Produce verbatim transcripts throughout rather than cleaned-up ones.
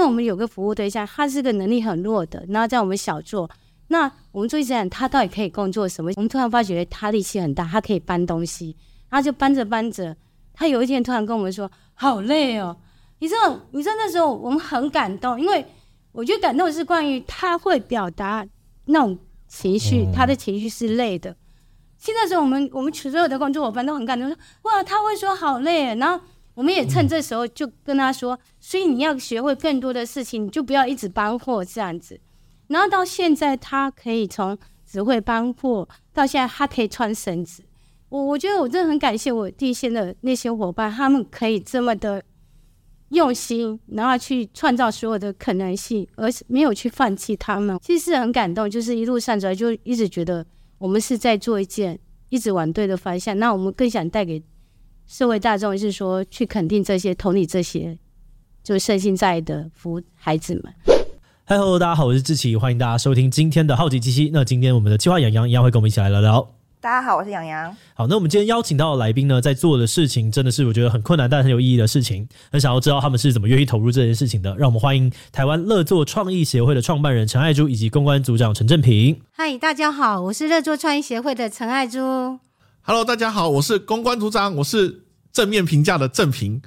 我们有个服务对象，他是个能力很弱的，然后在我们小做，那我们做一直讲他到底可以工作什么？我们突然发觉他力气很大，他可以搬东西，然后就搬着搬着，他有一天突然跟我们说：“好累哦。”你知道，你知道那时候我们很感动，因为我觉得感动的是关于他会表达那种情绪，嗯、他的情绪是累的。其实那时候我们我们所有的工作伙伴都很感动，说：“哇，他会说好累。”然后我们也趁这时候就跟他说：“所以你要学会更多的事情，你就不要一直搬货这样子。”然后到现在，他可以从只会搬货到现在，他可以穿绳子。我我觉得我真的很感谢我第一线的那些伙伴，他们可以这么的用心，然后去创造所有的可能性，而没有去放弃他们。其实很感动，就是一路上走来就一直觉得我们是在做一件一直往对的方向。那我们更想带给社会大众，是说去肯定这些、同理这些，就是身心在的服务孩子们。 嗨，Hello， 大家好，我是志祺，欢迎大家收听今天的好奇机器。那今天我们的企划洋洋一样会跟我们一起来聊聊。 大家好，我是洋洋。 好，那我们今天邀请到的来宾呢，在做的事情真的是我觉得很困难但很有意义的事情，很想要知道他们是怎么愿意投入这件事情的。让我们欢迎台湾乐作创意协会的创办人陈爱珠以及公关组长陈正平。 嗨，大家好，我是乐作创意协会的陈爱珠。 Hello， 大家好，我是公关组长，我是正面评价的正平。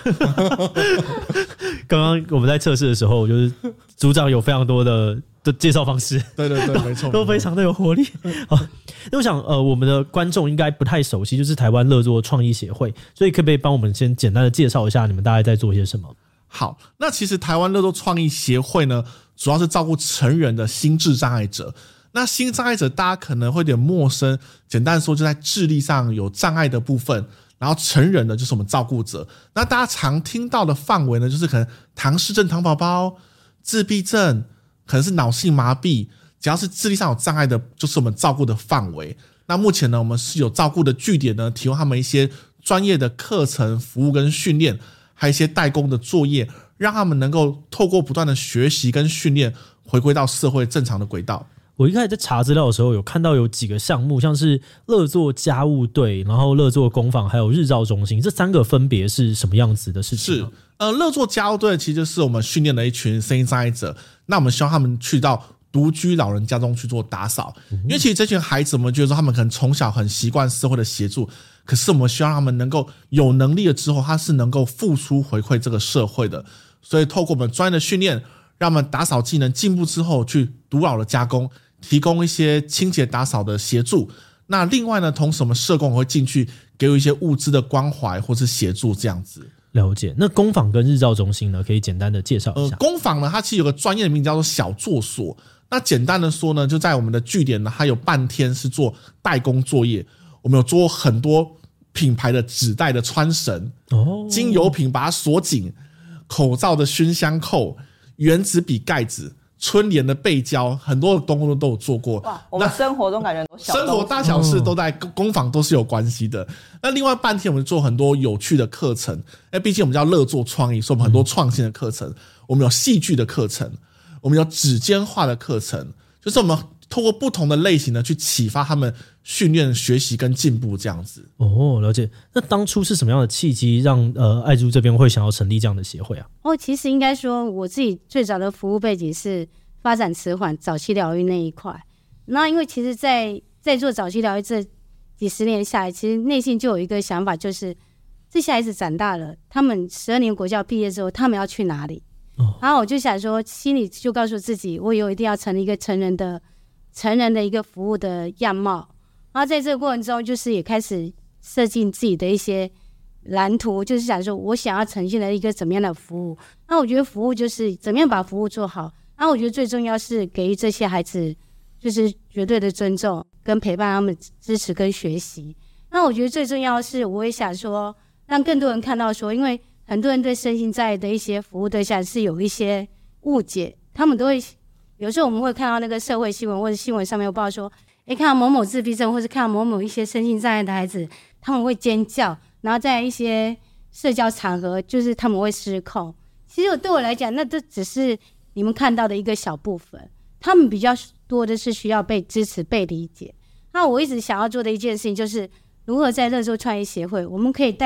刚刚我们在测试的时候，就是组长有非常多的的介绍方式， 对对对，没错， 都非常的有活力。好，那我想呃，我们的观众应该不太熟悉，就是台湾乐作创意协会，所以可不可以帮我们先简单的介绍一下你们大概在做些什么？ 好，那其实台湾乐作创意协会呢，主要是照顾成人的心智障碍者。那心智障碍者大家可能会有点陌生，简单说就在智力上有障碍的部分。然后成人的就是我们照顾者，那大家常听到的范围呢，就是可能唐氏症、唐宝宝、自闭症，可能是脑性麻痹，只要是智力上有障碍的，就是我们照顾的范围。那目前呢，我们是有照顾的据点呢，提供他们一些专业的课程、服务跟训练，还有一些代工的作业，让他们能够透过不断的学习跟训练，回归到社会正常的轨道。 我一开始在查资料的时候，有看到有几个项目，像是乐作家务队，然后乐作工坊，还有日照中心，这三个分别是什么样子的事情？ 是，呃，乐作家务队其实就是我们训练了一群身心障碍者，那我们希望他们去到独居老人家中去做打扫，嗯、因为其实这群孩子，我们觉得说他们可能从小很习惯社会的协助，可是我们希望他们能够有能力了之后，他是能够付出回馈这个社会的，所以透过我们专业的训练，让他们打扫技能进步之后，去独老的加工。提供一些清洁打扫的协助，那另外呢，同时我们社工会进去给予一些物资的关怀或是协助，这样子。 了解。那工坊跟日照中心呢，可以简单的介绍一下。 呃，工坊呢，它其实有个专业的名字叫做小作所。那简单的说呢，就在我们的据点呢，它有半天是做代工作业，我们有做很多品牌的纸袋的穿绳，哦，精油品把它锁紧，口罩的熏香扣，原子笔盖子。春联的背胶，很多的东西都有做过。 哇，我们生活中感觉很多小生活大小事都在工坊都是有关系的。那另外半天我们做很多有趣的课程，因为毕竟我们叫乐作创意，所以我们很多创新的课程，我们有戏剧的课程，我们有指尖画的课程，就是我们透过不同的类型的去启发他们训练、学习跟进步这样子。 哦，了解。那当初是什么样的契机让呃爱珠这边会想要成立这样的协会啊？ 哦，其实应该说我自己最早的服务背景是发展迟缓、早期疗愈那一块。那因为其实在在做早期疗愈这几十年下来，其实内心就有一个想法，就是这些孩子长大了，他们十二年国教毕业之后，他们要去哪里？哦、然后我就想说，心里就告诉自己，我以后一定要成立一个成人的。成人的一个服务的样貌，然后在这个过程中，就是也开始设计自己的一些蓝图，就是想说我想要呈现的一个怎么样的服务。那我觉得服务就是怎么样把服务做好。那我觉得最重要是给予这些孩子就是绝对的尊重跟陪伴他们支持跟学习。那我觉得最重要的是，我也想说让更多人看到说，因为很多人对身心障碍的一些服务对象是有一些误解，他们都会。有时候我们会看到那个社会新闻或者新闻上面有报说，诶，看到某某自闭症或是看到某某一些身心障碍的孩子，他们会尖叫，然后在一些社交场合就是他们会失控。其实对我来讲，那这只是你们看到的一个小部分，他们比较多的是需要被支持、被理解。那我一直想要做的一件事情就是，如何在乐作创意协会，我们可以带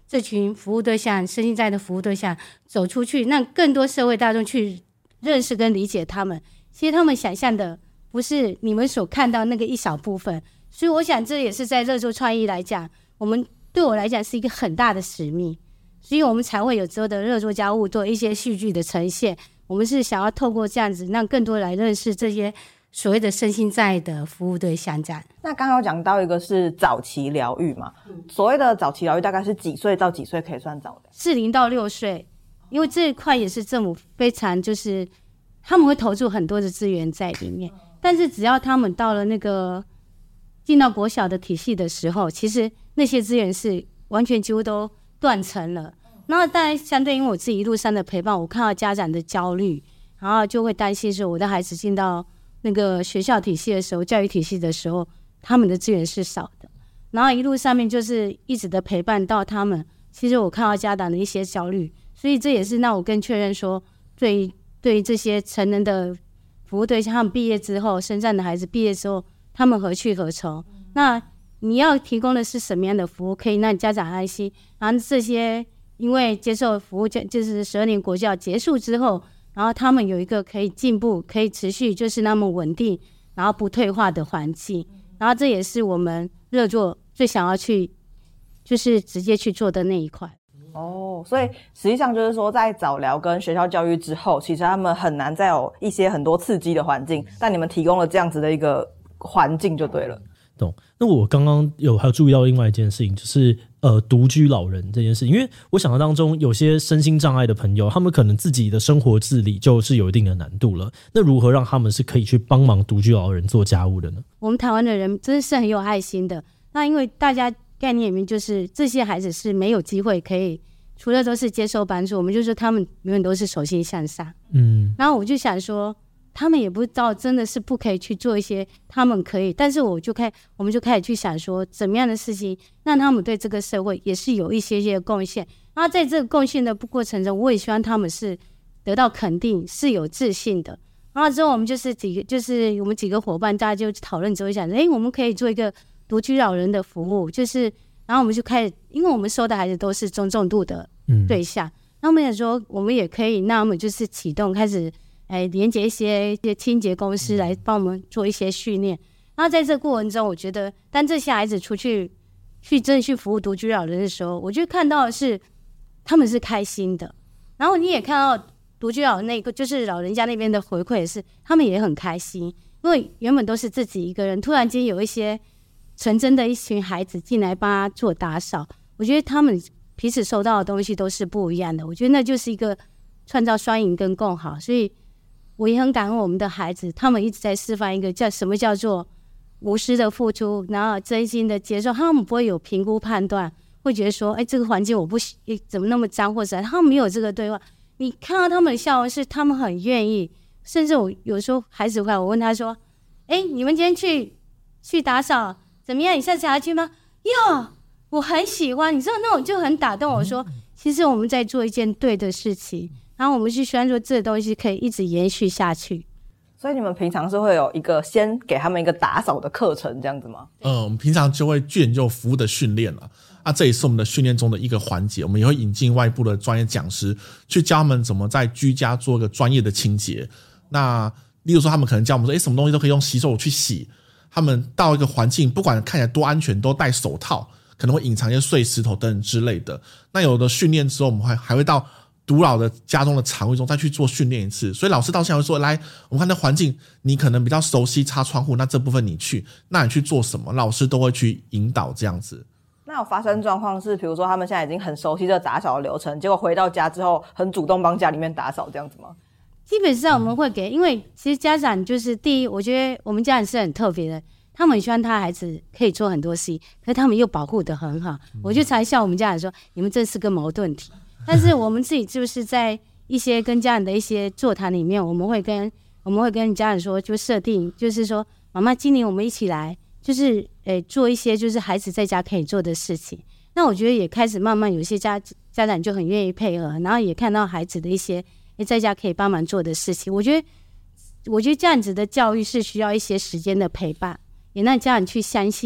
这群服务对象、身心障碍的服务对象走出去，让更多社会大众去认识跟理解他们。其实他们想象的不是你们所看到那个一小部分，所以我想这也是在乐作创意来讲，我们对我来讲是一个很大的使命，所以我们才会有之后的乐作家务做一些戏剧的呈现。我们是想要透过这样子，让更多人来认识这些所谓的身心障碍的服务对象。这样， 那刚刚有讲到一个是早期疗愈嘛，嗯、所谓的早期疗愈大概是几岁到几岁可以算早的？ 是零到六岁，因为这一块也是政府非常就是他们会投注很多的资源在里面，但是只要他们到了那个进到国小的体系的时候，其实那些资源是完全几乎都断层了。然后当然相对因为我自己一路上的陪伴，我看到家长的焦虑，然后就会担心说我的孩子进到那个学校体系的时候，教育体系的时候，他们的资源是少的。然后一路上面就是一直的陪伴到他们，其实我看到家长的一些焦虑，所以这也是让我更确认说，对对于这些成人的服务对象，他们毕业之后，身障的孩子毕业之后，他们何去何从？那你要提供的是什么样的服务，可以让家长安心？然后这些因为接受服务就是十二年国教结束之后，然后他们有一个可以进步、可以持续，就是那么稳定，然后不退化的环境。然后这也是我们乐作最想要去，就是直接去做的那一块。 哦，所以实际上就是说，在早疗跟学校教育之后，其实他们很难再有一些很多刺激的环境，但你们提供了这样子的一个环境就对了。 懂。那我刚刚有还有注意到另外一件事情，就是呃独居老人这件事，因为我想到当中有些身心障碍的朋友，他们可能自己的生活自理就是有一定的难度了。那如何让他们是可以去帮忙独居老人做家务的呢？ 我们台湾的人真的是很有爱心的。那因为大家概念里面就是这些孩子是没有机会可以，除了都是接受帮助，我们就说他们永远都是手心向上。嗯，然后我就想说，他们也不知道真的是不可以去做一些他们可以，但是我就开我们就开始去想说，怎么样的事情让他们对这个社会也是有一些些贡献。然后在这个贡献的过程中，我也希望他们是得到肯定，是有自信的。然后之后我们就是几个，就是我们几个伙伴，大家就讨论之后想，哎，我们可以做一个独居老人的服务，就是，然后我们就开始，因为我们收的孩子都是中重度的对象，嗯、然后我们也说，我们也可以，那我们就是启动开始。哎，连接一些一些清洁公司来帮我们做一些训练。然后在这个过程中，我觉得当这些孩子出去去真的去服务独居老人的时候，我就看到的是他们是开心的。然后你也看到独居老人那个，就是老人家那边的回馈也是，他们也很开心，因为原本都是自己一个人，突然间有一些纯真的一群孩子进来帮他做打扫，我觉得他们彼此收到的东西都是不一样的。我觉得那就是一个创造双赢跟共好，所以。我也很感恩我们的孩子，他们一直在示范一个叫什么叫做无私的付出，然后真心的接受。他们不会有评估判断，会觉得说，哎，这个环境我不怎么那么脏，或者他们没有这个对话。你看到他们的笑容是他们很愿意，甚至我有时候孩子回来，我问他说，哎，你们今天去去打扫怎么样？你下次还要去吗？哟，我很喜欢，你知道那种就很打动我说，其实我们在做一件对的事情。然后我们就希望说这个东西可以一直延续下去。 所以你们平常是会有一个先给他们一个打扫的课程这样子吗？ 嗯，我们平常就会去研究服务的训练了。啊，这也是我们的训练中的一个环节。我们也会引进外部的专业讲师，去教他们怎么在居家做一个专业的清洁。那例如说，他们可能教我们说，哎，什么东西都可以用洗手去洗。他们到一个环境，不管看起来多安全，都戴手套，可能会隐藏一些碎石头等等之类的。那有的训练之后，我们还还会到独老的家中的场域中再去做训练一次，所以老师到现在会说，来，我们看那环境你可能比较熟悉，擦窗户，那这部分你去，那你去做什么，老师都会去引导这样子。 那有发生状况是比如说他们现在已经很熟悉这打扫的流程，结果回到家之后很主动帮家里面打扫这样子吗？ 基本上我们会给，因为其实家长就是第一，我觉得我们家长是很特别的，他们很希望他的孩子可以做很多事，可是他们又保护得很好，我就常笑我们家长说，你们这是个矛盾体。但是我们自己就是在一些跟家长的一些座谈里面，我们会跟我们会跟家长说，就设定就是说，妈妈今年我们一起来，就是诶做一些就是孩子在家可以做的事情。那我觉得也开始慢慢有些家家长就很愿意配合，然后也看到孩子的一些诶在家可以帮忙做的事情。我觉得我觉得这样子的教育是需要一些时间的陪伴，也让家长去相信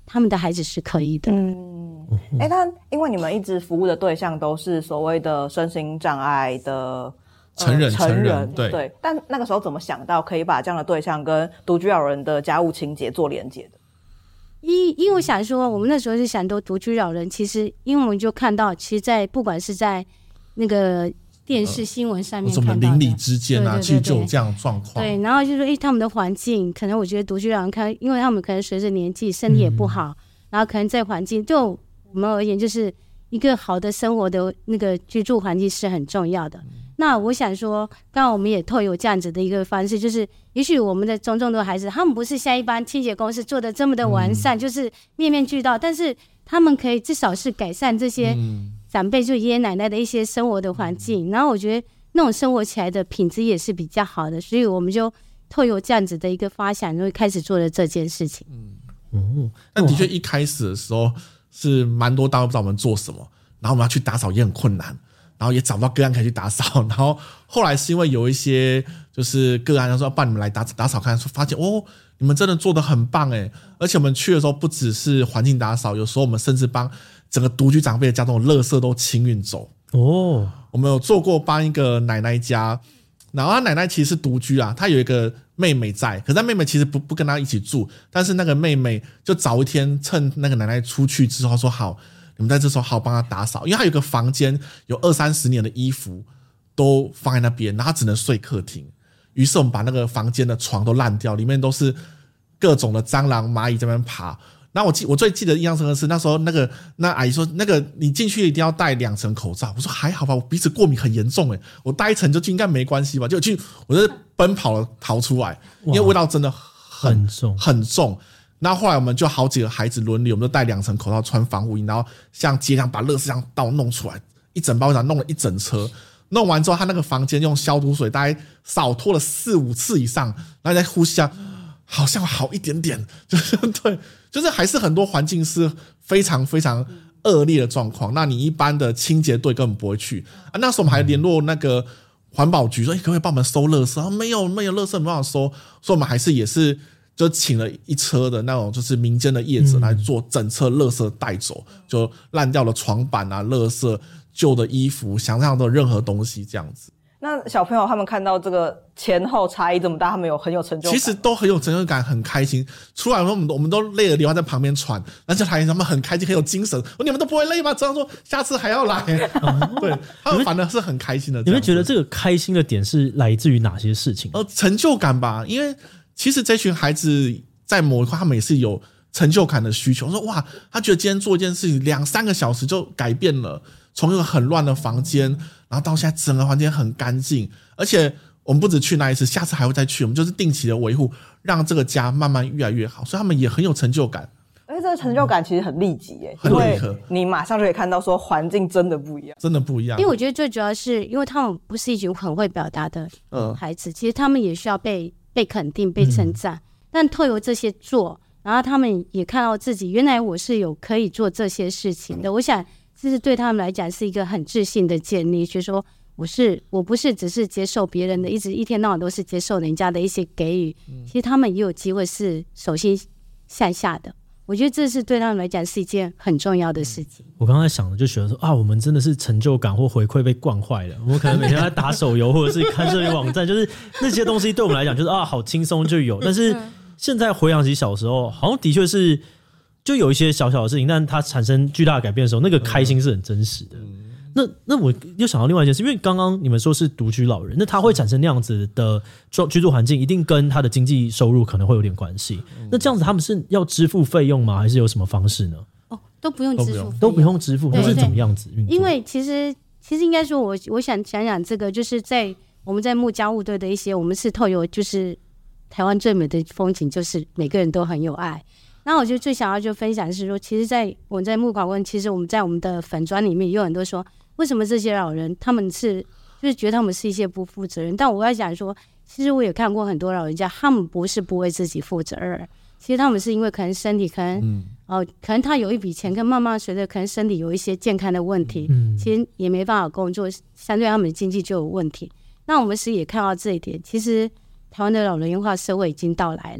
他们的孩子是可以的。 嗯，哎、欸，那因为你们一直服务的对象都是所谓的身心障碍的成人， 呃、成人， 成人对对。但那个时候怎么想到可以把这样的对象跟独居老人的家务清洁做连结的？ 因因为我想说，我们那时候是想说独居老人，其实因为我们就看到，其实在不管是在那个电视新闻上面看到的， 什么邻里之间啊， 对对对对， 其实就有这样的状况。 对，然后就说，哎，他们的环境，可能我觉得独居老人看，因为他们可能随着年纪身体也不好，嗯、然后可能在环境，对我们而言，就是一个好的生活的那个居住环境是很重要的。嗯、那我想说，刚刚我们也透有这样子的一个方式，就是也许我们的种种的孩子，他们不是像一般清洁公司做的这么的完善，嗯、就是面面俱到，但是他们可以至少是改善这些长辈，就爷爷奶奶的一些生活的环境。嗯、然后我觉得那种生活起来的品质也是比较好的，所以我们就透有这样子的一个发想，就开始做了这件事情。嗯嗯，但的确一开始的时候是蛮多单位不知道我们做什么，然后我们要去打扫也很困难。然后也找不到个案可以去打扫，然后后来是因为有一些就是个案，他说要帮你们来打打扫看，说发现哦，你们真的做得很棒哎！而且我们去的时候不只是环境打扫，有时候我们甚至帮整个独居长辈的家中的垃圾都清运走哦。我们有做过帮一个奶奶家，然后她奶奶其实是独居啊，她有一个妹妹在，可是她妹妹其实不不跟她一起住，但是那个妹妹就早一天趁那个奶奶出去之后说好。你们在这时候好帮他打扫，因为他有个房间有二三十年的衣服都放在那边，然后他只能睡客厅。于是我们把那个房间的床都烂掉，里面都是各种的蟑螂、蚂蚁在那边爬。那我记我最记得印象深刻是那时候那个那阿姨说，那个你进去一定要戴两层口罩。我说还好吧，我鼻子过敏很严重诶，我戴一层就应该没关系吧。就去我就奔跑了逃出来，因为味道真的很很重很重。那后来我们就好几个孩子轮流，我们就戴两层口罩，穿防护衣，然后像街上把垃圾箱倒弄出来，一整包箱弄了一整车。弄完之后，他那个房间用消毒水大概扫拖了四五次以上，然后再呼吸下，好像好一点点，就是对，就是还是很多环境是非常非常恶劣的状况。那你一般的清洁队根本不会去啊。那时候我们还联络那个环保局说，欸，可不可以帮我们收垃圾？啊，没有没有垃圾没办法收，所以我们还是也是。就请了一车的那种就是民间的业者来做整车垃圾带走，嗯、就烂掉的床板啊、垃圾、旧的衣服、想象的任何东西这样子。 那小朋友他们看到这个前后差异这么大，他们有很有成就感？ 其实都很有成就感，很开心。出来的时候我们都我们都累了，流汗在旁边喘，但是他们很开心，很有精神。你们都不会累吗？这样说下次还要来。嗯、对，他们反而是很开心的。 你们觉得这个开心的点是来自于哪些事情？ 呃，成就感吧，因为。其实这群孩子在某一块他们也是有成就感的需求，说哇他觉得今天做一件事情两三个小时就改变了，从一个很乱的房间然后到现在整个房间很干净，而且我们不只去那一次，下次还会再去，我们就是定期的维护，让这个家慢慢越来越好，所以他们也很有成就感。 而且这个成就感其实很立即耶，因为你马上就可以看到说环境真的不一样， 真的不一样。 因为我觉得最主要是因为他们不是一群很会表达的孩子，嗯、其实他们也需要被被肯定、被称赞。嗯、但透过这些做，然后他们也看到自己原来我是有可以做这些事情的。我想这是对他们来讲是一个很自信的建立，就是说我是我不是只是接受别人的，一直一天到晚都是接受人家的一些给予，嗯、其实他们也有机会是手心向下的。我觉得这是对他们来讲是一件很重要的事情。 我刚才想的就觉得说啊，我们真的是成就感或回馈被惯坏了。我们可能每天在打手游或者是看社群网站，就是那些东西对我们来讲就是啊，好轻松就有。但是现在回想起小时候，好像的确是就有一些小小的事情，但它产生巨大的改变的时候，那个开心是很真实的。嗯那那我又想到另外一件事，因为刚刚你们说是独居老人，那他会产生那样子的居住环境，一定跟他的经济收入可能会有点关系。嗯、那这样子他们是要支付费用吗？还是有什么方式呢？ 哦，都不用支付， 都不用支付，那是怎么样子运作？ 因为其实其实应该说我，我我想想讲这个，就是在我们在木家务队的一些，我们是透有就是台湾最美的风景，就是每个人都很有爱。那我就最想要就分享的是说，其实在我们在木考问，其实我们在我们的粉专里面有很多说。为什么这些老人他们是就是觉得他们是一些不负责任？但我要讲说，其实我也看过很多老人家，他们不是不为自己负责任，其实他们是因为可能身体可能、嗯呃、可能他有一笔钱，跟慢慢随着可能身体有一些健康的问题，嗯、其实也没办法工作，相对他们的经济就有问题。那我们是也看到这一点，其实台湾的老人化社会已经到来了。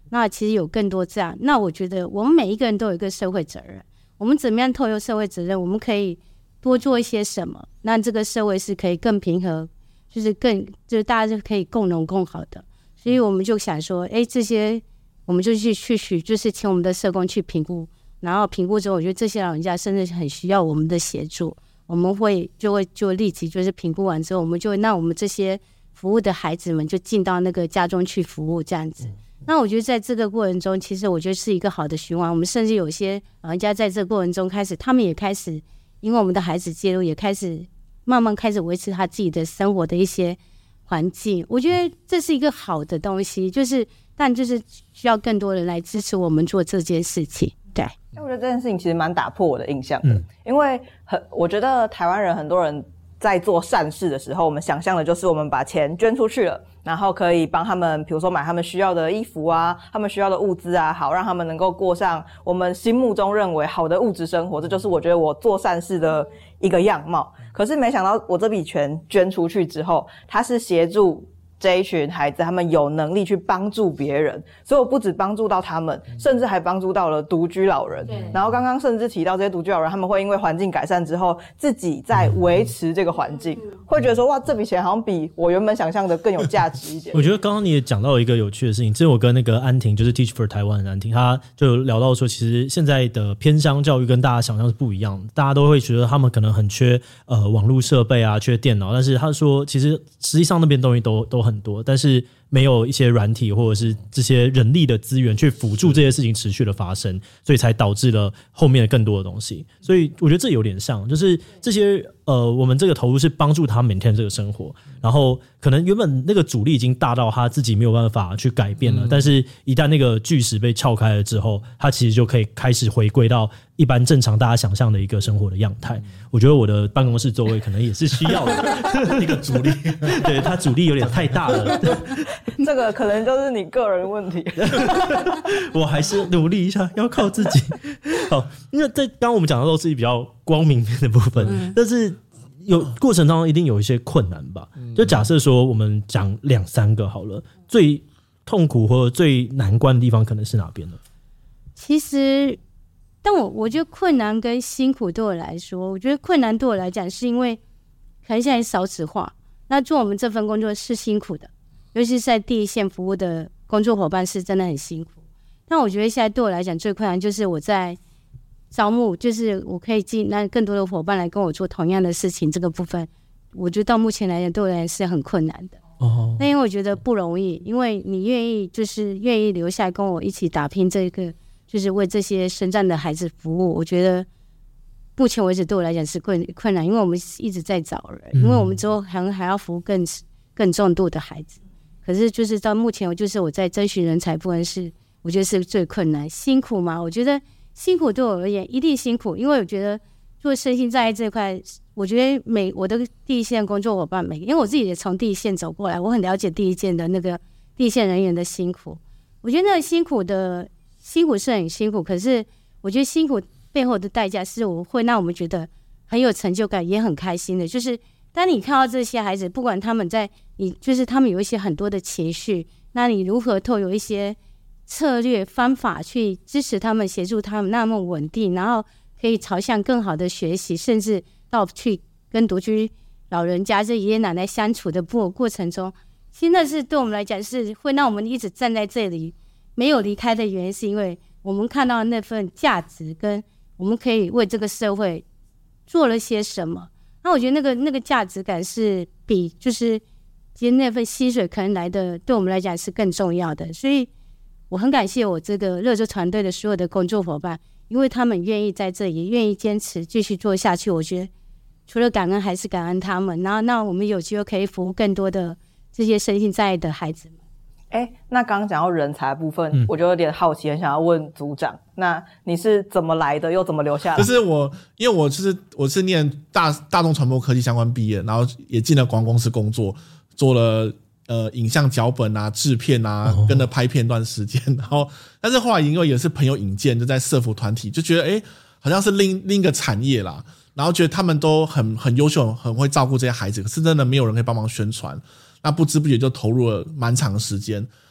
那其实有更多这样，那我觉得我们每一个人都有一个社会责任，我们怎么样透过社会责任，我们可以多做一些什么，那这个社会是可以更平和，就是更就是大家就可以共荣共好的。所以我们就想说，哎，这些我们就去去去，就是请我们的社工去评估，然后评估之后，我觉得这些老人家甚至很需要我们的协助，我们会就会就立即就是评估完之后，我们就会让我们这些服务的孩子们就进到那个家中去服务这样子。那我觉得在这个过程中，其实我觉得是一个好的循环。我们甚至有些老人家在这个过程中开始，他们也开始因为我们的孩子介入，也开始慢慢开始维持他自己的生活的一些环境。我觉得这是一个好的东西，就是但就是需要更多人来支持我们做这件事情。对， 我觉得这件事情其实蛮打破我的印象的，嗯、因为很我觉得台湾人很多人在做善事的时候，我们想象的就是我们把钱捐出去了，然后可以帮他们比如说买他们需要的衣服啊，他们需要的物资啊，好让他们能够过上我们心目中认为好的物质生活，这就是我觉得我做善事的一个样貌。可是没想到我这笔钱捐出去之后，它是协助这一群孩子他们有能力去帮助别人，所以我不只帮助到他们，甚至还帮助到了独居老人。然后刚刚甚至提到这些独居老人他们会因为环境改善之后自己在维持这个环境，会觉得说哇，这笔钱好像比我原本想象的更有价值一点。 我觉得刚刚你也讲到一个有趣的事情，之前我跟那个安婷就是 Teach for Taiwan 的安婷，他就聊到说其实现在的偏乡教育跟大家想象是不一样的，大家都会觉得他们可能很缺呃网络设备啊，缺电脑，但是他说其实实际上那边东西都都很多，但是没有一些软体或者是这些人力的资源去辅助这些事情持续的发生，所以才导致了后面的更多的东西。所以我觉得这有点像，就是这些呃，我们这个投入是帮助他每天这个生活，然后可能原本那个阻力已经大到他自己没有办法去改变了，嗯、但是一旦那个巨石被撬开了之后，他其实就可以开始回归到一般正常大家想象的一个生活的样态。我觉得我的办公室座位可能也是需要的一个阻力，对，它阻力有点太大了。 这个可能就是你个人问题。 我还是努力一下，要靠自己。好，因为在刚刚我们讲的都是比较光明面的部分，嗯、但是有过程当中一定有一些困难吧？嗯、就假设说我们讲两三个好了，最痛苦或者最难关的地方可能是哪边呢？ 其实，但我我觉得困难跟辛苦对我来说，我觉得困难对我来讲是因为可能现在少子化，那做我们这份工作是辛苦的。尤其是在第一线服务的工作伙伴是真的很辛苦，但我觉得现在对我来讲最困难就是我在招募，就是我可以进那更多的伙伴来跟我做同样的事情，这个部分我觉得到目前来讲对我来讲是很困难的。哦，那因为我觉得不容易，因为你愿意就是愿意留下来跟我一起打拼，这个就是为这些身障的孩子服务，我觉得目前为止对我来讲是困困难，因为我们一直在找人，因为我们之后可能还要服务更更重度的孩子。可是就是到目前，就是我在征询人才部分是，我觉得是最困难。辛苦吗？我觉得辛苦对我而言一定辛苦，因为我觉得做身心障碍这一块，我觉得每我的第一线工作伙伴每，因为我自己也从第一线走过来，我很了解第一线的那个第一线人员的辛苦。我觉得那个辛苦的辛苦是很辛苦，可是我觉得辛苦背后的代价是我会让我们觉得很有成就感，也很开心的，就是。当你看到这些孩子，不管他们在你就是他们有一些很多的情绪，那你如何透有一些策略方法去支持他们，协助他们那么稳定，然后可以朝向更好的学习，甚至到去跟独居老人家这爷爷奶奶相处的过过程中，其实那是对我们来讲是会让我们一直站在这里没有离开的原因，是因为我们看到那份价值跟我们可以为这个社会做了些什么。那我觉得那个那个价值感是比就是其实那份薪水可能来的对我们来讲是更重要的，所以我很感谢我这个乐州团队的所有的工作伙伴，因为他们愿意在这里，也愿意坚持继续做下去。我觉得除了感恩还是感恩他们，然后那我们有机会可以服务更多的这些身心障碍的孩子们。 哎，那刚刚讲到人才的部分，嗯、我就有点好奇，很想要问组长，那你是怎么来的，又怎么留下来？ 就是我，因为我就是我是念大大众传播科技相关毕业，然后也进了广告公司工作，做了呃影像脚本啊、制片啊，哦、跟着拍片段时间，然后但是后来因为也是朋友引荐，就在社福团体，就觉得哎，好像是另另一个产业啦，然后觉得他们都很很优秀，很会照顾这些孩子，可是真的没有人可以帮忙宣传。那不知不觉就投入了蛮长的时间，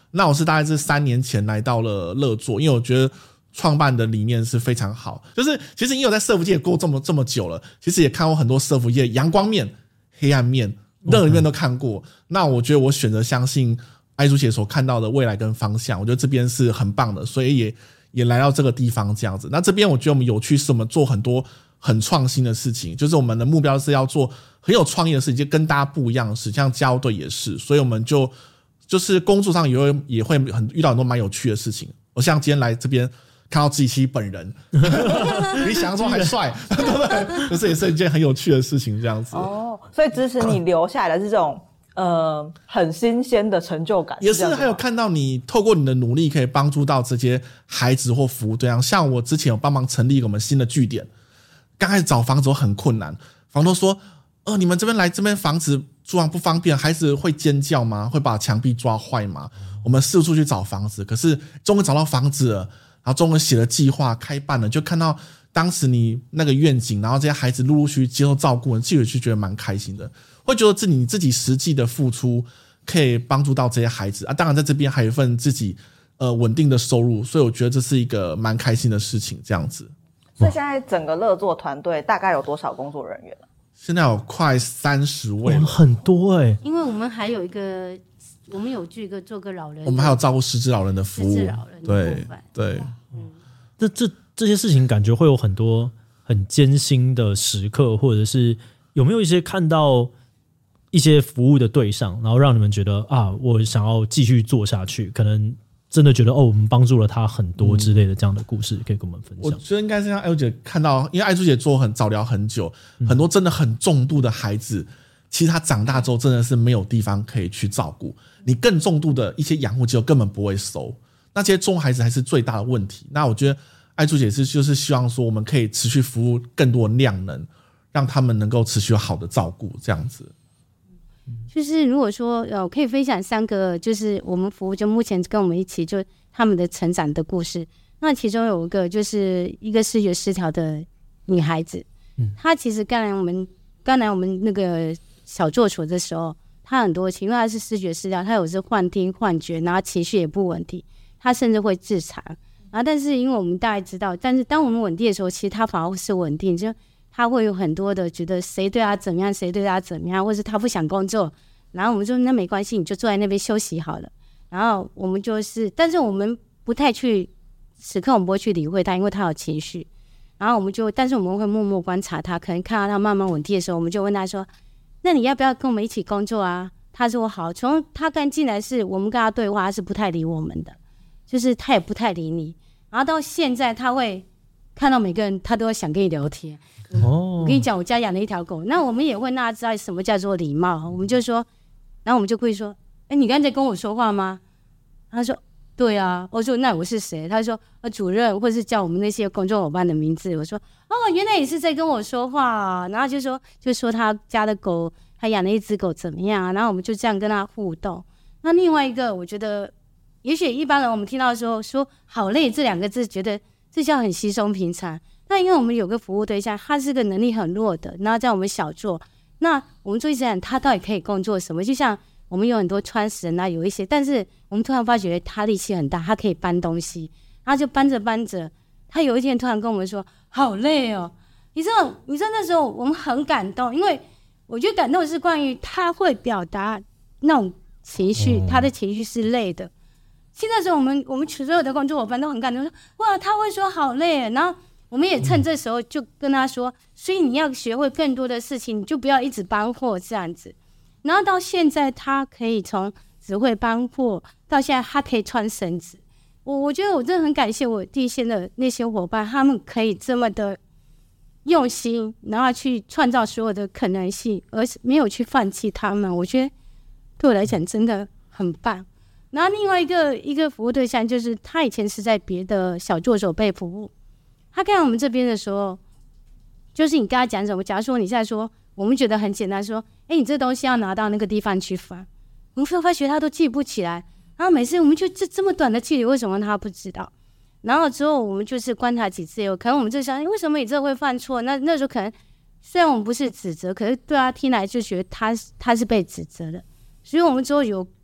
那我是大概是三年前来到了乐作，因为我觉得创办的理念是非常好，就是其实因为我在社服界过这么这么久了，其实也看过很多社服界阳光面、黑暗面、任何一面都看过。那我觉得我选择相信艾珠姐所看到的未来跟方向，我觉得这边是很棒的，所以也也来到这个地方这样子。那这边我觉得我们有趣是我们做很多很创新的事情，就是我们的目标是要做很有创意的事情，就跟大家不一样的事，像家务队也是，所以我们就就是工作上也会也会很遇到很多蛮有趣的事情。我像今天来这边看到自己其实本人比想象中还帅对不对？就是也是一件很有趣的事情这样子。 哦，所以支持你留下来的是这种呃很新鲜的成就感， 也是还有看到你透过你的努力可以帮助到这些孩子或服务对象。像我之前有帮忙成立一个我们新的据点，刚开始找房子很困难，房东说呃，你们这边来这边房子住房不方便，孩子会尖叫吗？会把墙壁抓坏吗？我们四处去找房子，可是终于找到房子了，然后终于写了计划开办了，就看到当时你那个愿景，然后这些孩子陆陆续续接受照顾，自己就觉得蛮开心的，会觉得自己你自己实际的付出可以帮助到这些孩子啊。当然在这边还有一份自己呃稳定的收入，所以我觉得这是一个蛮开心的事情这样子。 所以现在整个乐作团队大概有多少工作人员？ 现在有快三十位了， 很多哎、欸。 因为我们还有一个，我们有去一个做个老人， 我们还有照顾失智老人的服务， 失智老人的对部分对。 嗯， 这这这些事情感觉会有很多很艰辛的时刻，或者是有没有一些看到一些服务的对象，然后让你们觉得啊，我想要继续做下去，可能真的觉得哦，我们帮助了他很多之类的这样的故事，可以跟我们分享。 我觉得应该是让艾珠姐看到，因为艾珠姐做很早疗很久，很多真的很重度的孩子，其实他长大之后真的是没有地方可以去照顾，你更重度的一些养护机构根本不会收，那这些重孩子还是最大的问题。那我觉得艾珠姐是就是希望说，我们可以持续服务更多的量能，让他们能够持续好的照顾这样子。 就是如果说呃，我可以分享三个，就是我们服务就目前跟我们一起就他们的成长的故事。那其中有一个就是一个视觉失调的女孩子，嗯，她其实刚来我们刚来我们那个小作所的时候，她很多情况，因为她是视觉失调，她有时幻听幻觉，然后情绪也不稳定，她甚至会自残。然后但是因为我们大概知道，但是当我们稳定的时候，其实她反而是稳定，就他会有很多的觉得谁对他怎么样，谁对他怎么样，或是他不想工作，然后我们说那没关系，你就坐在那边休息好了。然后我们就是，但是我们不太去时刻，我们不会去理会他，因为他有情绪。然后我们就，但是我们会默默观察他，可能看到他慢慢稳定的时候，我们就问他说：“那你要不要跟我们一起工作啊？”他说：“好。”从他刚进来是我们跟他对话，他是不太理我们的，就是他也不太理你。然后到现在，他会看到每个人，他都会想跟你聊天。哦，我跟你讲，我家养了一条狗，那我们也会让他知道什么叫做礼貌。我们就说，然后我们就故意说：“哎，你刚才跟我说话吗？”他说：“对啊。”我说：“那我是谁？”他说：“呃，主任，或是叫我们那些工作伙伴的名字。”我说：“哦，原来你是在跟我说话啊。”然后就说就说他家的狗，他养了一只狗怎么样啊？然后我们就这样跟他互动。那另外一个，我觉得，也许一般人我们听到的时候说“好累”这两个字，觉得这叫很稀松平常。那因为我们有个服务对象，他是个能力很弱的，然后在我们小做，那我们做一直讲他到底可以工作什么？就像我们有很多穿绳啊，有一些，但是我们突然发觉他力气很大，他可以搬东西，然后就搬着搬着，他有一天突然跟我们说：“好累哦！”你知道，你知道那时候我们很感动，因为我觉得感动的是关于他会表达那种情绪，他的情绪是累的。现在时候我们我们所有的工作伙伴都很感动，说：“哇，他会说好累。”然后我们也趁这时候就跟他说，所以你要学会更多的事情，你就不要一直搬货这样子。然后到现在，他可以从只会搬货到现在，他可以穿绳子。我我觉得我真的很感谢我第一线的那些伙伴，他们可以这么的用心，然后去创造所有的可能性，而没有去放弃他们。我觉得对我来讲真的很棒。然后另外一个一个服务对象，就是他以前是在别的小作所被服务。他看到我们这边的时候，就是你跟他讲什么，假如说你在说，我们觉得很简单，说，哎，你这东西要拿到那个地方去放，我们会发觉他都记不起来，然后每次我们就这这么短的距离，为什么他不知道？然后之后我们就是观察几次以后，可能我们就想，为什么你这会犯错？那那时候可能虽然我们不是指责，可是对他听来就觉得他他是被指责的，所以我们之后有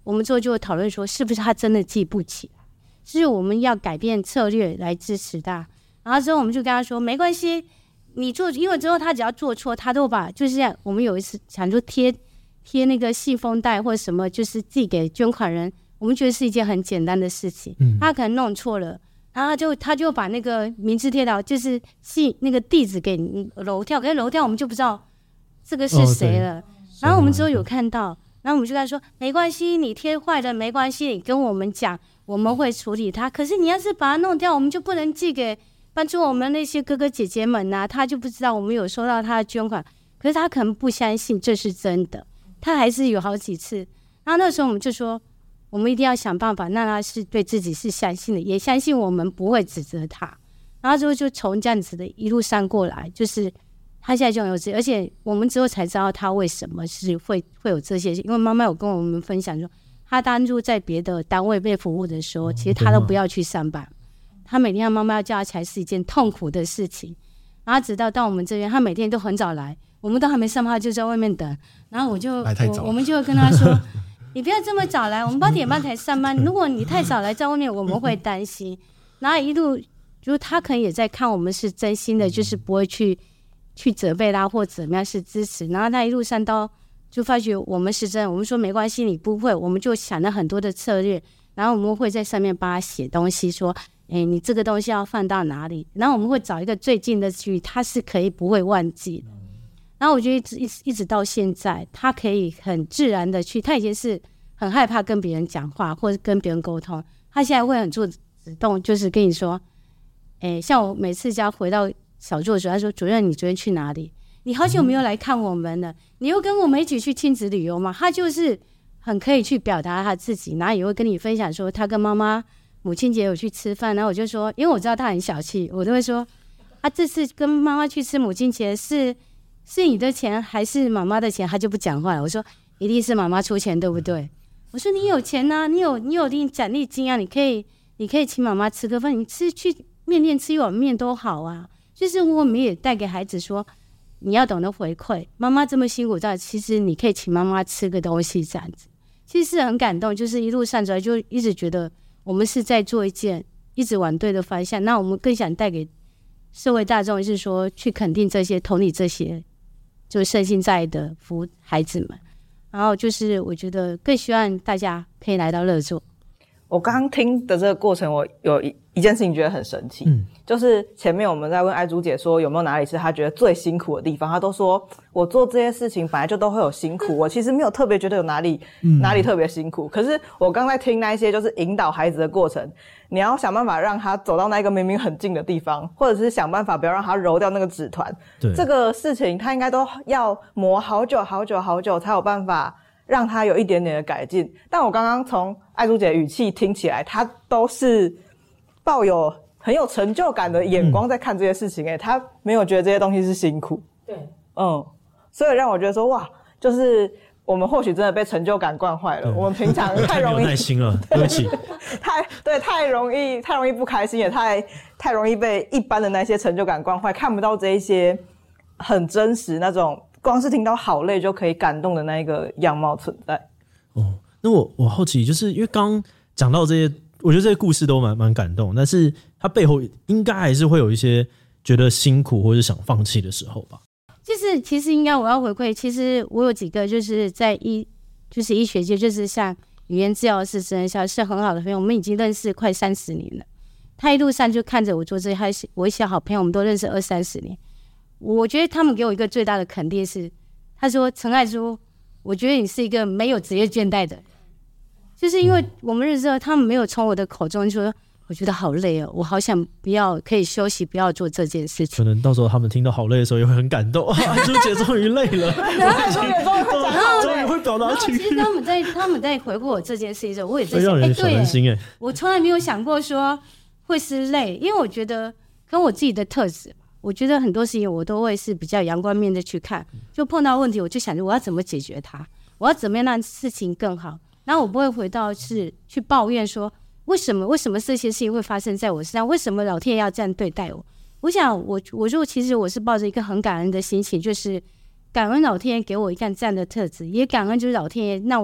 我们之后就会讨论说，是不是他真的记不起来，是我们要改变策略来支持他。然后之后我们就跟他说，没关系，你做，因为之后他只要做错，他都把就是我们有一次想说贴贴那个信封袋或者什么，就是寄给捐款人，我们觉得是一件很简单的事情。嗯、他可能弄错了，然后他就他就把那个名字贴到，就是信那个地址给楼跳，可是楼跳我们就不知道这个是谁了。哦、然后我们之后有看到，然后我们就跟他说，没关系，你贴坏了没关系，你跟我们讲，我们会处理它。可是你要是把它弄掉，我们就不能寄给帮助我们那些哥哥姐姐们啊，他就不知道我们有收到他的捐款，可是他可能不相信这是真的，他还是有好几次。然后那时候我们就说，我们一定要想办法让他是对自己是相信的，也相信我们不会指责他。然后之后就从这样子的一路上过来，就是他现在就很有自信，而且我们之后才知道他为什么是会会有这些，因为妈妈有跟我们分享说，他当初在别的单位被服务的时候，其实他都不要去上班。他每天他妈妈要叫他起来是一件痛苦的事情，然后直到到我们这边，他每天都很早来，我们都还没上班，他就在外面等。然后我就来太早了， 我, 我们就会跟他说，你不要这么早来，我们八点半才上班。如果你太早来，在外面我们会担心。然后一路就是他可能也在看我们是真心的，就是不会去去责备他或怎么样，是支持。然后他一路上到就发觉我们是真的，我们说没关系，你不会，我们就想了很多的策略，然后我们会在上面帮他写东西说。哎，你这个东西要放到哪里？然后我们会找一个最近的区域，他是可以不会忘记的。然后我觉得一直一直一直到现在，他可以很自然的去。他以前是很害怕跟别人讲话或者跟别人沟通，他现在会很做主动，就是跟你说，哎，像我每次只要回到小作的时候，他说：“主任，你昨天去哪里？你好久没有来看我们了，你又跟我们一起去亲子旅游吗？”他就是很可以去表达他自己，然后也会跟你分享说他跟妈妈。母亲节有去吃饭，然后我就说，因为我知道他很小气，我都会说，啊，这次跟妈妈去吃母亲节是是你的钱还是妈妈的钱？他就不讲话了。我说一定是妈妈出钱，对不对？我说你有钱啊，你有你有点奖励金啊，你可以你可以请妈妈吃个饭，你吃去面店吃一碗面都好啊。就是我们也带给孩子说，你要懂得回馈，妈妈这么辛苦，但其实你可以请妈妈吃个东西这样子，其实是很感动。就是一路上走来就一直觉得。我们是在做一件一直往对的方向，那我们更想带给社会大众是说，去肯定这些、同理这些，就是身心在的服务孩子们。然后就是我觉得更希望大家可以来到乐作。 我刚刚听的这个过程，我有一一件事情觉得很神奇，嗯，就是前面我们在问爱珠姐说有没有哪里是她觉得最辛苦的地方，她都说我做这些事情本来就都会有辛苦，我其实没有特别觉得有哪里、嗯、哪里特别辛苦。可是我刚在听那一些就是引导孩子的过程，你要想办法让他走到那个明明很近的地方，或者是想办法不要让他揉掉那个纸团，这个事情他应该都要磨好久好久好久才有办法让他有一点点的改进。但我刚刚从爱珠姐的语气听起来，她都是抱有很有成就感的眼光在看这些事情，诶、欸，她没有觉得这些东西是辛苦。 对， 嗯，所以让我觉得说，哇，就是我们或许真的被成就感惯坏了。我们平常太容易太没有耐心了，对不起， 太对，太容易太容易不开心，也太太容易被一般的那些成就感惯坏，看不到这一些很真实那种。光是听到好累就可以感动的那一个样貌存在。 哦，那我我好奇，就是因为刚刚讲到这些，我觉得这些故事都蛮蛮感动，但是它背后应该还是会有一些觉得辛苦或者想放弃的时候吧。 就是其实应该我要回馈，其实我有几个就是在医就是医学界，就是像语言治疗师、职能治疗师是很好的朋友，我们已经认识快三十年了。他一路上就看着我做这些，还是我一些好朋友，我们都认识二三十年。我觉得他们给我一个最大的肯定是，他说陈爱珠，我觉得你是一个没有职业倦怠的，就是因为我们认识，他们没有从我的口中说，我觉得好累哦，我好想不要可以休息，不要做这件事情。 可能到时候他们听到好累的时候也会很感动，爱珠姐终于累了， 爱珠姐终于会讲到终于会表达情绪。 其实他们在他们在回顾我这件事情的时候，我也在想， 让人小担心哎， 我从来没有想过说会是累，因为我觉得跟我自己的特质。我觉得很多事情我都会是比较阳光面的去看，就碰到问题我就想着我要怎么解决它，我要怎么样让事情更好，然后我不会回到是去抱怨说为什么为什么这些事情会发生在我身上，为什么老天爷要这样对待我。我想我我如果其实我是抱着一个很感恩的心情，就是感恩老天爷给我一个这样的特质，也感恩就是老天爷让我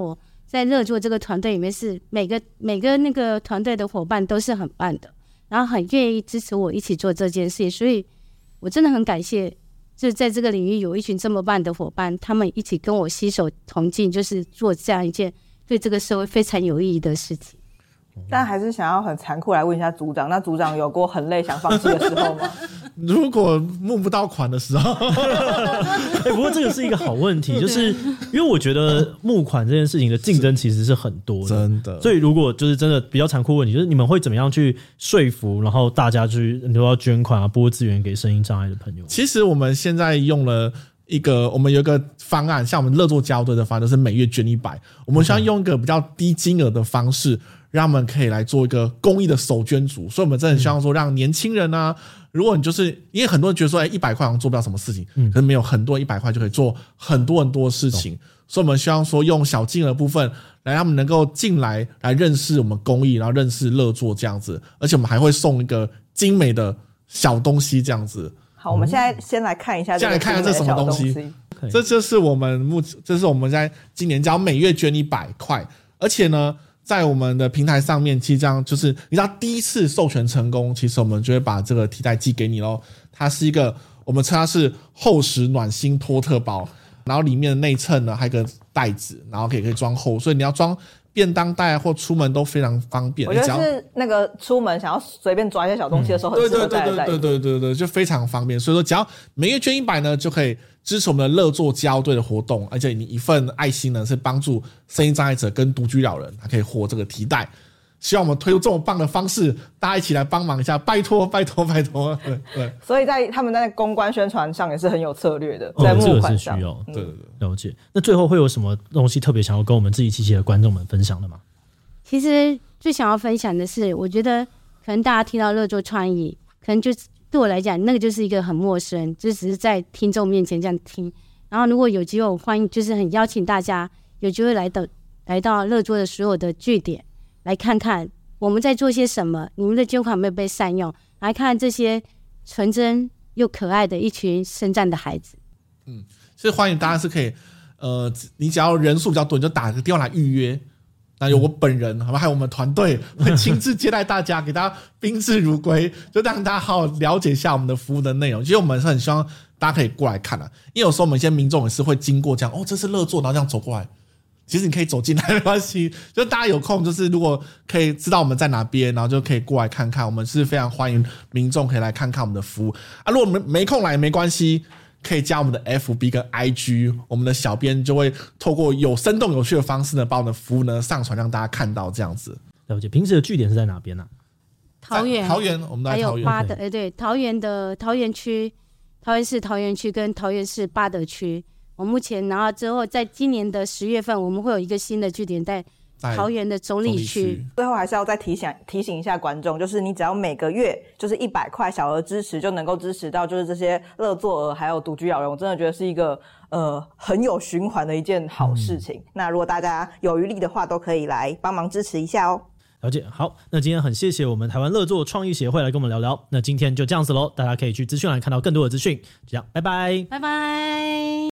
在乐作这个团队里面是每个每个那个团队的伙伴都是很棒的，然后很愿意支持我一起做这件事，所以我真的很感谢，就是在这个领域有一群这么棒的伙伴，他们一起跟我携手同进，就是做这样一件对这个社会非常有意义的事情。 但还是想要很残酷来问一下组长，那组长有过很累想放弃的时候吗？ 如果募不到款的时候欸，不过这个是一个好问题，就是因为我觉得募款这件事情的竞争其实是很多的， 真的。 所以如果就是真的比较残酷问题，就是你们会怎么样去说服，然后大家去都要捐款啊，拨资源给声音障碍的朋友？ 其实我们现在用了一个，我们有一个方案，像我们乐作交队的方案，就是每月捐一百，我们希望用一个比较低金额的方式，让他们可以来做一个公益的手捐组。所以我们真的很希望说，让年轻人啊，如果你就是因为很多人觉得说，哎，一百块好像做不了什么事情，嗯，可是没有很多一百块就可以做很多很多事情，所以我们希望说用小金额的部分来让他们能够进来来认识我们公益，然后认识乐作这样子，而且我们还会送一个精美的小东西这样子。 好，我们现在先来看一下这个现在来看一下这什么东西。这就是我们目，这是我们在今年只要每月捐一百块，而且呢，在我们的平台上面，其实这样就是你知道第一次授权成功，其实我们就会把这个提袋寄给你咯。它是一个我们称它是厚实暖心托特包，然后里面的内衬呢还有个袋子，然后可以可以装厚，所以你要装便当袋或出门都非常方便。 我觉得是那个出门想要随便抓一些小东西的时候很适合带的袋子。 对对对对对对，就非常方便。所以说只要每月捐一百呢，就可以支持我们的乐作交队的活动，而且你一份爱心呢是帮助声音障碍者跟独居老人，还可以获这个提袋。希望我们推出这么棒的方式，大家一起来帮忙一下，拜托拜托拜托。对对， 所以在他们在公关宣传上也是很有策略的，在募款上。 哦，这个是需要， 嗯， 对对对，了解。那最后会有什么东西特别想要跟我们自己七七的观众们分享的吗？ 其实最想要分享的是，我觉得可能大家听到乐作创意，可能就对我来讲，那个就是一个很陌生，就只是在听众面前这样听。然后如果有机会，我欢迎就是很邀请大家有机会来到来到乐作的所有的据点，来看看我们在做些什么，你们的捐款有没有被善用，来看这些纯真又可爱的一群身障的孩子。 嗯，所以欢迎大家是可以，呃，你只要人数比较多，你就打个电话来预约。那有我本人，好吧，还有我们团队会亲自接待大家，给大家宾至如归，就让大家好好了解一下我们的服务的内容。其实我们是很希望大家可以过来看啊，因为有时候我们一些民众也是会经过这样，哦，这是乐作，然后这样走过来。其实你可以走进来没关系，就大家有空，就是如果可以知道我们在哪边，然后就可以过来看看。我们是非常欢迎民众可以来看看我们的服务啊。如果我们没空来没关系，可以加我们的 F B 跟 I G， 我们的小编就会透过有生动有趣的方式呢，把我们的服务呢上传让大家看到这样子。 了解。平时的据点是在哪边呢？ 桃园， 桃园，我们在桃园， 还有八德，哎，对，桃园的桃园区、桃园市桃园区跟桃园市八德区。我目前，然后之后在今年的十月份，我们会有一个新的据点在桃园的中立区。 最后还是要再提醒提醒一下观众，就是你只要每个月就是一百块小额支持，就能够支持到就是这些乐作儿还有独居老人，我真的觉得是一个呃很有循环的一件好事情。嗯、那如果大家有余力的话，都可以来帮忙支持一下哦。 了解。好，那今天很谢谢我们台湾乐作创意协会来跟我们聊聊。那今天就这样子咯，大家可以去资讯栏看到更多的资讯。这样，拜拜， 拜拜。